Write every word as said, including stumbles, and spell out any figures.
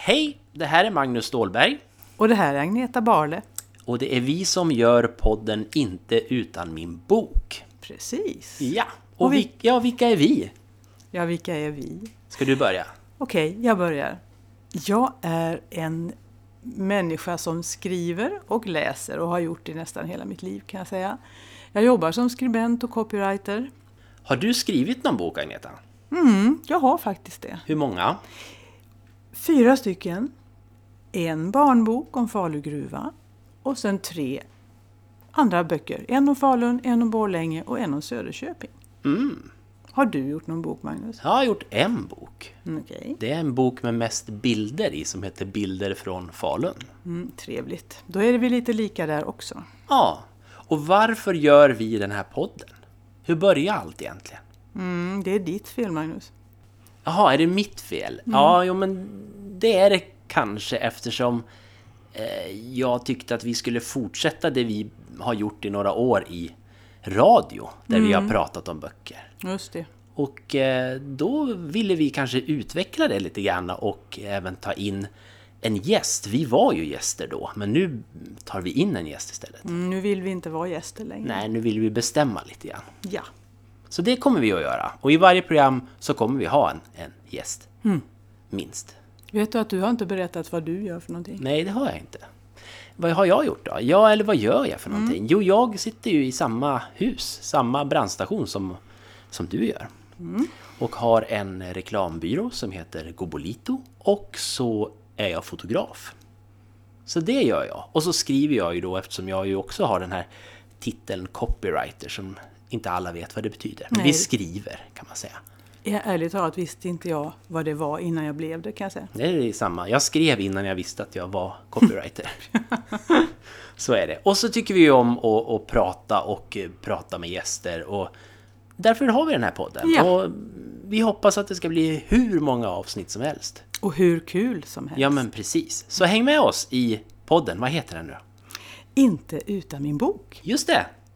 Hej, det här är Magnus Ståhlberg. Och det här är Agneta Barle. Och det är vi som gör podden Inte utan min bok. Precis. Ja, och, och vi... vi... ja, vilka är vi? Ja, vilka är vi? Ska du börja? Okej, okay, jag börjar. Jag är en människa som skriver och läser och har gjort det nästan hela mitt liv, kan jag säga. Jag jobbar som skribent och copywriter. Har du skrivit någon bok, Agneta? Mm, jag har faktiskt det. Hur många? Fyra stycken. En barnbok om Falugruva och sen tre andra böcker. En om Falun, en om Borlänge och en om Söderköping. Mm. Har du gjort någon bok, Magnus? Jag har gjort en bok. Okay. Det är en bok med mest bilder i som heter Bilder från Falun. Mm, trevligt. Då är vi lite lika där också. Ja, och varför gör vi den här podden? Hur börjar allt egentligen? Mm, det är ditt fel, Magnus. Jaha, är det mitt fel? Mm. Ja, jo, men det är det kanske eftersom eh, jag tyckte att vi skulle fortsätta det vi har gjort i några år i radio. Där mm. vi har pratat om böcker. Just det. Och eh, då ville vi kanske utveckla det lite grann och även ta in en gäst. Vi var ju gäster då, men nu tar vi in en gäst istället. Mm, nu vill vi inte vara gäster längre. Nej, nu vill vi bestämma lite grann. Ja. Så det kommer vi att göra. Och i varje program så kommer vi ha en, en gäst. Mm. Minst. Vet du att du har inte berättat vad du gör för någonting? Nej, det har jag inte. Vad har jag gjort då? Ja, eller vad gör jag för någonting? Mm. Jo, jag sitter ju i samma hus, samma brandstation som, som du gör. Mm. Och har en reklambyrå som heter Gobolito. Och så är jag fotograf. Så det gör jag. Och så skriver jag ju då, eftersom jag ju också har den här titeln copywriter som inte alla vet vad det betyder. Men Nej. vi skriver, kan man säga. Ja, ärligt talat visste inte jag vad det var innan jag blev det, kan jag säga. Det är samma. Jag skrev innan jag visste att jag var copywriter. Så är det. Och så tycker vi om att, att prata och prata med gäster. Och därför har vi den här podden. Ja. Och vi hoppas att det ska bli hur många avsnitt som helst. Och hur kul som helst. Ja, men precis. Så häng med oss i podden. Vad heter den nu? Inte utan min bok. Just det.